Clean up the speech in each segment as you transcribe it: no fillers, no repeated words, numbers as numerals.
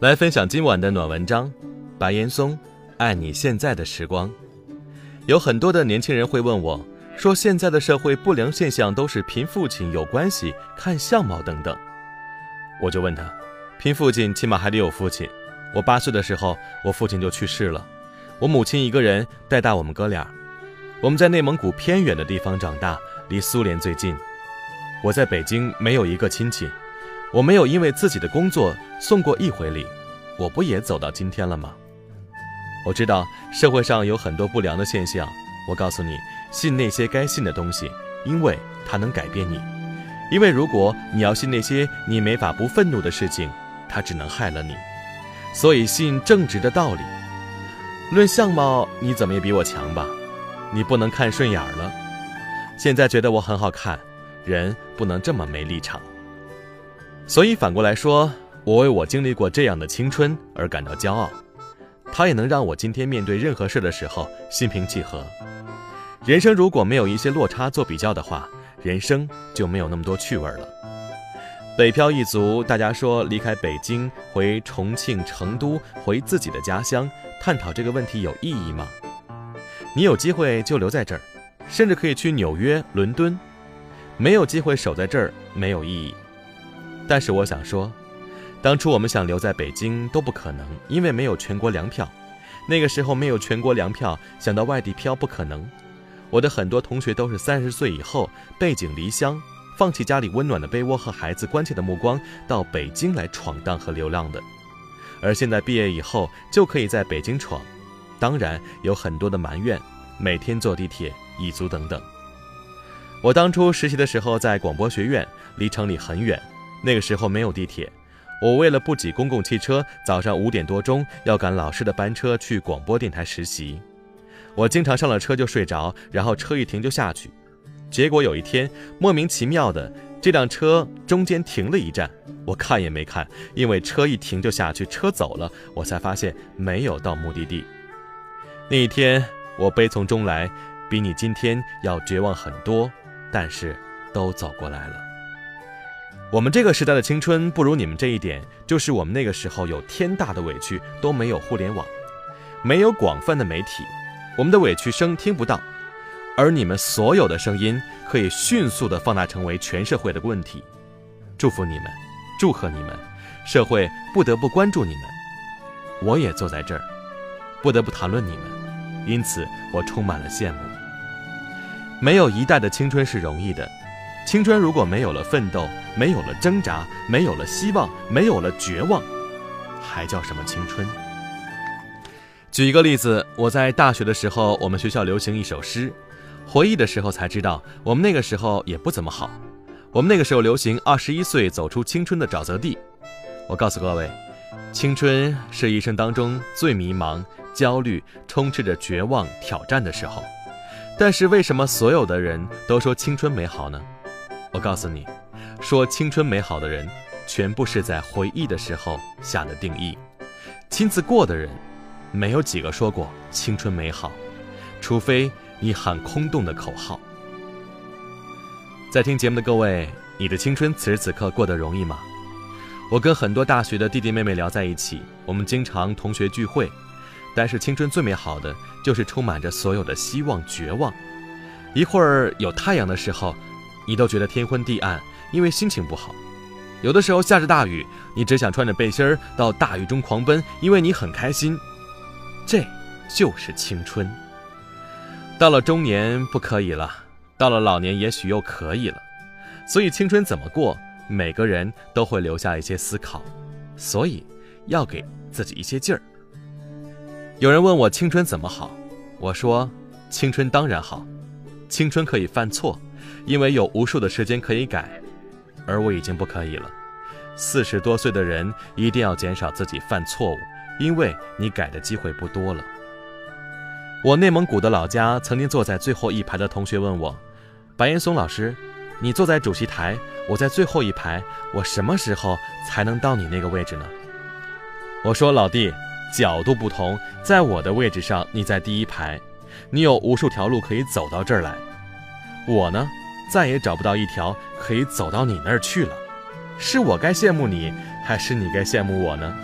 来分享今晚的暖文章，白岩松，爱你现在的时光。有很多的年轻人会问我，说现在的社会不良现象都是贫父亲有关系，看相貌等等。我就问他，贫父亲起码还得有父亲。我8岁的时候，我父亲就去世了，我母亲一个人带大我们哥俩。我们在内蒙古偏远的地方长大，离苏联最近。我在北京没有一个亲戚，我没有因为自己的工作送过一回礼，我不也走到今天了吗？我知道社会上有很多不良的现象，我告诉你，信那些该信的东西，因为它能改变你。因为如果你要信那些你没法不愤怒的事情，它只能害了你。所以信正直的道理。论相貌，你怎么也比我强吧？你不能看顺眼了。现在觉得我很好看，人不能这么没立场。所以反过来说，我为我经历过这样的青春而感到骄傲，它也能让我今天面对任何事的时候心平气和。人生如果没有一些落差做比较的话，人生就没有那么多趣味了。北漂一族，大家说离开北京回重庆、成都，回自己的家乡，探讨这个问题有意义吗？你有机会就留在这儿，甚至可以去纽约、伦敦，没有机会守在这儿没有意义。但是我想说，当初我们想留在北京都不可能，因为没有全国粮票。那个时候没有全国粮票，想到外地漂不可能。我的很多同学都是30岁以后背井离乡，放弃家里温暖的被窝和孩子关切的目光，到北京来闯荡和流浪的。而现在毕业以后就可以在北京闯，当然有很多的埋怨，每天坐地铁、蚁族等等。我当初实习的时候在广播学院，离城里很远，那个时候没有地铁。我为了不挤公共汽车，早上5点多钟要赶老师的班车去广播电台实习。我经常上了车就睡着，然后车一停就下去。结果有一天莫名其妙的，这辆车中间停了一站，我看也没看，因为车一停就下去，车走了，我才发现没有到目的地。那一天我悲从中来，比你今天要绝望很多，但是都走过来了。我们这个时代的青春不如你们这一点，就是我们那个时候有天大的委屈都没有互联网，没有广泛的媒体，我们的委屈声听不到，而你们所有的声音可以迅速地放大成为全社会的问题。祝福你们，祝贺你们，社会不得不关注你们。我也坐在这儿，不得不谈论你们，因此我充满了羡慕。没有一代的青春是容易的，青春如果没有了奋斗，没有了挣扎，没有了希望，没有了绝望，还叫什么青春？举一个例子，我在大学的时候，我们学校流行一首诗，回忆的时候才知道，我们那个时候也不怎么好。我们那个时候流行21岁走出青春的沼泽地。我告诉各位，青春是一生当中最迷茫、焦虑、充斥着绝望、挑战的时候。但是为什么所有的人都说青春美好呢？我告诉你，说青春美好的人，全部是在回忆的时候下的定义。亲自过的人，没有几个说过青春美好，除非你喊空洞的口号。在听节目的各位，你的青春此时此刻过得容易吗？我跟很多大学的弟弟妹妹聊在一起，我们经常同学聚会，但是青春最美好的就是充满着所有的希望、绝望。一会儿有太阳的时候，你都觉得天昏地暗，因为心情不好。有的时候下着大雨，你只想穿着背心到大雨中狂奔，因为你很开心。这就是青春。到了中年不可以了，到了老年也许又可以了。所以青春怎么过，每个人都会留下一些思考，所以要给自己一些劲儿。有人问我青春怎么好，我说青春当然好，青春可以犯错，因为有无数的时间可以改，而我已经不可以了。40多岁的人一定要减少自己犯错误，因为你改的机会不多了。我内蒙古的老家曾经坐在最后一排的同学问我，白岩松老师，你坐在主席台，我在最后一排，我什么时候才能到你那个位置呢？我说老弟，角度不同，在我的位置上你在第一排，你有无数条路可以走到这儿来，我呢再也找不到一条可以走到你那儿去了。是我该羡慕你，还是你该羡慕我呢？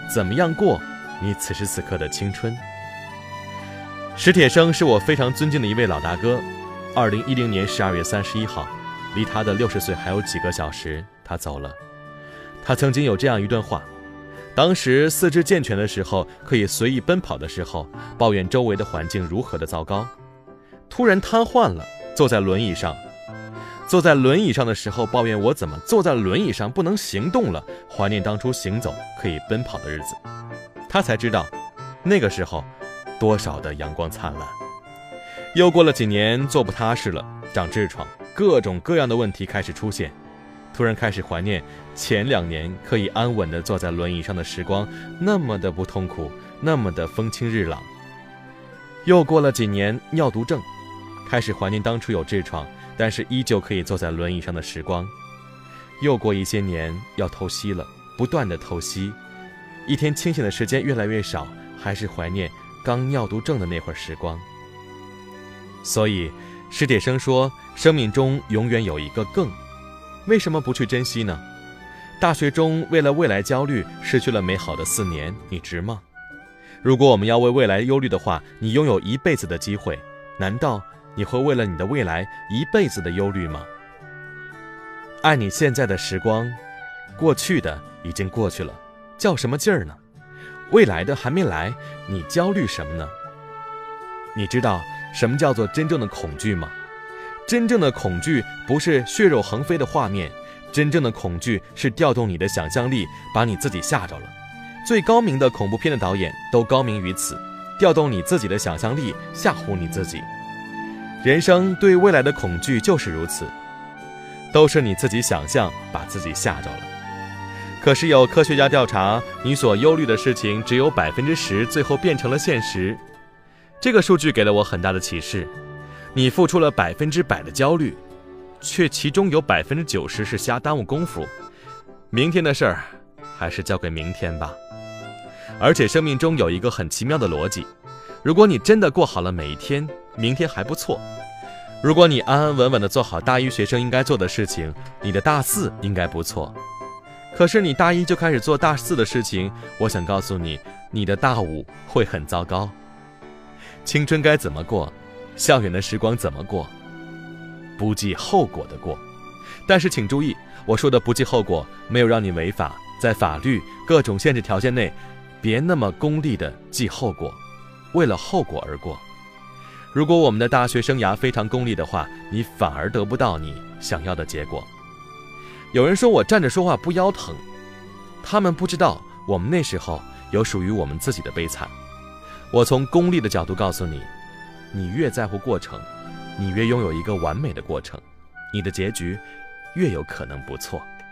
怎么样过你此时此刻的青春。史铁生是我非常尊敬的一位老大哥，2010年12月31号，离他的60岁还有几个小时，他走了。他曾经有这样一段话，当时四肢健全的时候，可以随意奔跑的时候，抱怨周围的环境如何的糟糕，突然瘫痪了，坐在轮椅上的时候，抱怨我怎么坐在轮椅上不能行动了，怀念当初行走可以奔跑的日子。他才知道那个时候多少的阳光灿烂。又过了几年，坐不踏实了，长痔疮，各种各样的问题开始出现，突然开始怀念前2年可以安稳地坐在轮椅上的时光，那么的不痛苦，那么的风清日朗。又过了几年，尿毒症，开始怀念当初有痔疮但是依旧可以坐在轮椅上的时光。又过一些年，要透析了，不断的透析，一天清醒的时间越来越少，还是怀念刚尿毒症的那会儿时光。所以史铁生说，生命中永远有一个更，为什么不去珍惜呢？大学中为了未来焦虑，失去了美好的4年，你值吗？如果我们要为未来忧虑的话，你拥有一辈子的机会，难道你会为了你的未来一辈子的忧虑吗？爱你现在的时光，过去的已经过去了，较什么劲儿呢？未来的还没来，你焦虑什么呢？你知道什么叫做真正的恐惧吗？真正的恐惧不是血肉横飞的画面，真正的恐惧是调动你的想象力，把你自己吓着了。最高明的恐怖片的导演都高明于此，调动你自己的想象力，吓唬你自己。人生对未来的恐惧就是如此，都是你自己想象把自己吓着了。可是有科学家调查，你所忧虑的事情只有10%最后变成了现实。这个数据给了我很大的启示，你付出了100%的焦虑，却其中有90%是瞎耽误功夫。明天的事儿还是交给明天吧。而且生命中有一个很奇妙的逻辑，如果你真的过好了每一天，明天还不错。如果你安安稳稳地做好大1学生应该做的事情，你的大4应该不错。可是你大1就开始做大4的事情，我想告诉你，你的大5会很糟糕。青春该怎么过？校园的时光怎么过？不计后果的过。但是请注意，我说的不计后果，没有让你违法，在法律各种限制条件内，别那么功利的计后果，为了后果而过。如果我们的大学生涯非常功利的话，你反而得不到你想要的结果。有人说我站着说话不腰疼，他们不知道我们那时候有属于我们自己的悲惨。我从功利的角度告诉你，你越在乎过程，你越拥有一个完美的过程，你的结局越有可能不错。